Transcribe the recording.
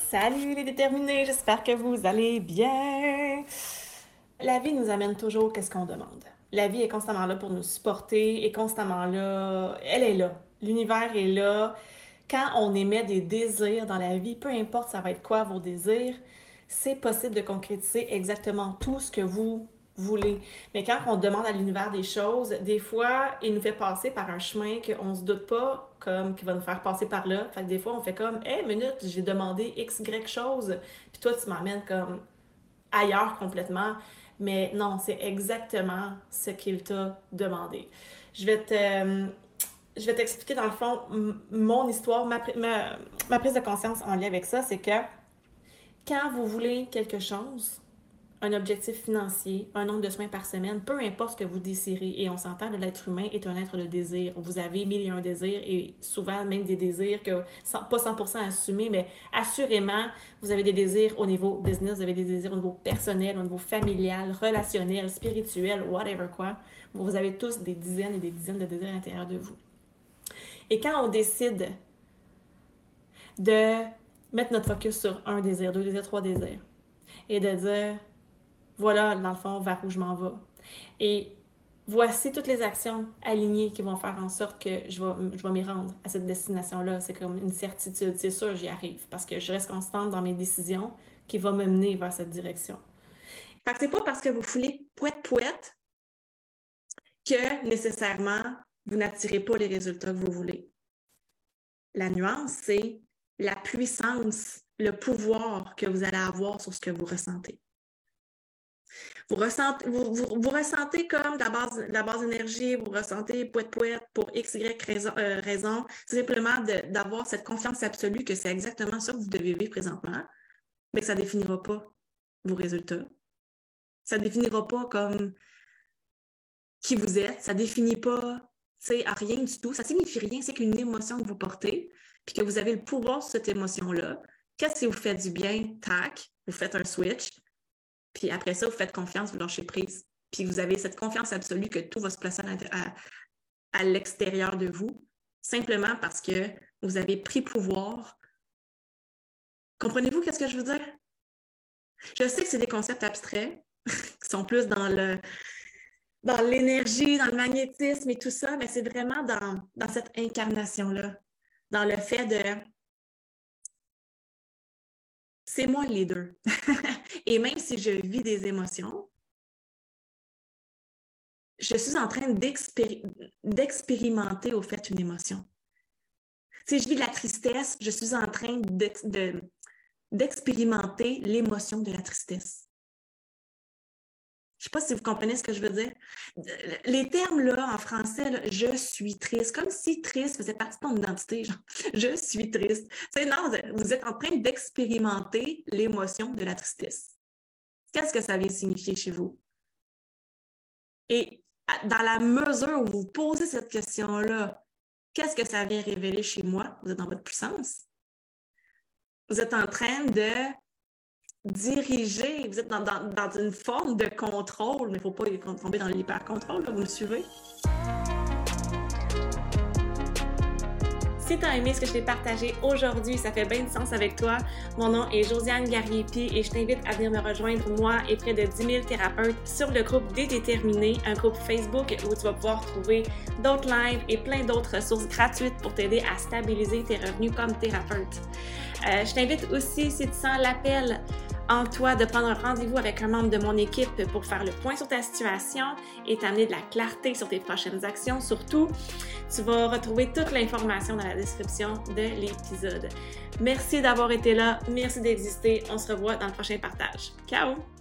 Salut les déterminés, j'espère que vous allez bien. La vie nous amène toujours qu'est-ce qu'on demande. La vie est constamment là pour nous supporter, est constamment là, elle est là. L'univers est là. Quand on émet des désirs dans la vie, peu importe ça va être quoi vos désirs, c'est possible de concrétiser exactement tout ce que vous voulez. Mais quand on demande à l'univers des choses, des fois, il nous fait passer par un chemin qu'on se doute pas comme qu'il va nous faire passer par là. Fait que des fois, on fait comme, hey, minute, j'ai demandé X, Y chose, puis toi, tu m'emmènes comme ailleurs complètement. Mais non, c'est exactement ce qu'il t'a demandé. Je vais te, je vais t'expliquer dans le fond mon histoire, ma prise de conscience en lien avec ça, c'est que quand vous voulez quelque chose, un objectif financier, un nombre de soins par semaine, peu importe ce que vous désirez, et on s'entend, l'être humain est un être de désir. Vous avez mille et un désirs, et souvent même des désirs que, pas 100% assumés, mais assurément, vous avez des désirs au niveau business, vous avez des désirs au niveau personnel, au niveau familial, relationnel, spirituel, whatever quoi. Vous avez tous des dizaines et des dizaines de désirs à l'intérieur de vous. Et quand on décide de mettre notre focus sur un désir, deux désirs, trois désirs, et de dire, voilà, dans le fond, vers où je m'en vais. Et voici toutes les actions alignées qui vont faire en sorte que je vais m'y rendre à cette destination-là. C'est comme une certitude. C'est sûr, j'y arrive parce que je reste constante dans mes décisions qui vont me mener vers cette direction. Fait que c'est pas parce que vous foulez pouette que nécessairement vous n'attirez pas les résultats que vous voulez. La nuance, c'est la puissance, le pouvoir que vous allez avoir sur ce que vous ressentez. Vous ressentez comme la base énergie, vous ressentez pouette pour X, Y raison. C'est simplement d'avoir cette confiance absolue que c'est exactement ça que vous devez vivre présentement, mais que ça ne définira pas vos résultats. Ça ne définira pas comme qui vous êtes. Ça ne définit pas rien du tout. Ça ne signifie rien. C'est qu'une émotion que vous portez, puis que vous avez le pouvoir sur cette émotion-là. Qu'est-ce qui vous fait du bien? Tac, vous faites un switch. Puis après ça, vous faites confiance, vous lâchez prise. Puis vous avez cette confiance absolue que tout va se placer à l'extérieur de vous, simplement parce que vous avez pris pouvoir. Comprenez-vous qu'est-ce que je veux dire? Je sais que c'est des concepts abstraits, qui sont plus dans l'énergie, dans le magnétisme et tout ça, mais c'est vraiment dans cette incarnation-là, dans le fait de c'est moi le leader. Et même si je vis des émotions, je suis en train d'expérimenter au fait une émotion. Si je vis de la tristesse, je suis en train d'expérimenter l'émotion de la tristesse. Je ne sais pas si vous comprenez ce que je veux dire. Les termes là en français, là, je suis triste, comme si triste faisait partie de ton identité. Genre, je suis triste. Non, vous êtes en train d'expérimenter l'émotion de la tristesse. Qu'est-ce que ça vient signifier chez vous? Et dans la mesure où vous posez cette question-là, qu'est-ce que ça vient révéler chez moi? Vous êtes dans votre puissance. Vous êtes en train de diriger, vous êtes dans une forme de contrôle, mais il ne faut pas tomber dans l'hyper-contrôle, vous me suivez? Si tu as aimé ce que je t'ai partagé aujourd'hui, ça fait bien du sens avec toi. Mon nom est Josiane Garrier-Py et je t'invite à venir me rejoindre, moi et près de 10 000 thérapeutes, sur le groupe des Déterminés, un groupe Facebook où tu vas pouvoir trouver d'autres lives et plein d'autres ressources gratuites pour t'aider à stabiliser tes revenus comme thérapeute. Je t'invite aussi, si tu sens l'appel en toi de prendre un rendez-vous avec un membre de mon équipe pour faire le point sur ta situation et t'amener de la clarté sur tes prochaines actions. Surtout, tu vas retrouver toute l'information dans la description de l'épisode. Merci d'avoir été là, merci d'exister. On se revoit dans le prochain partage. Ciao!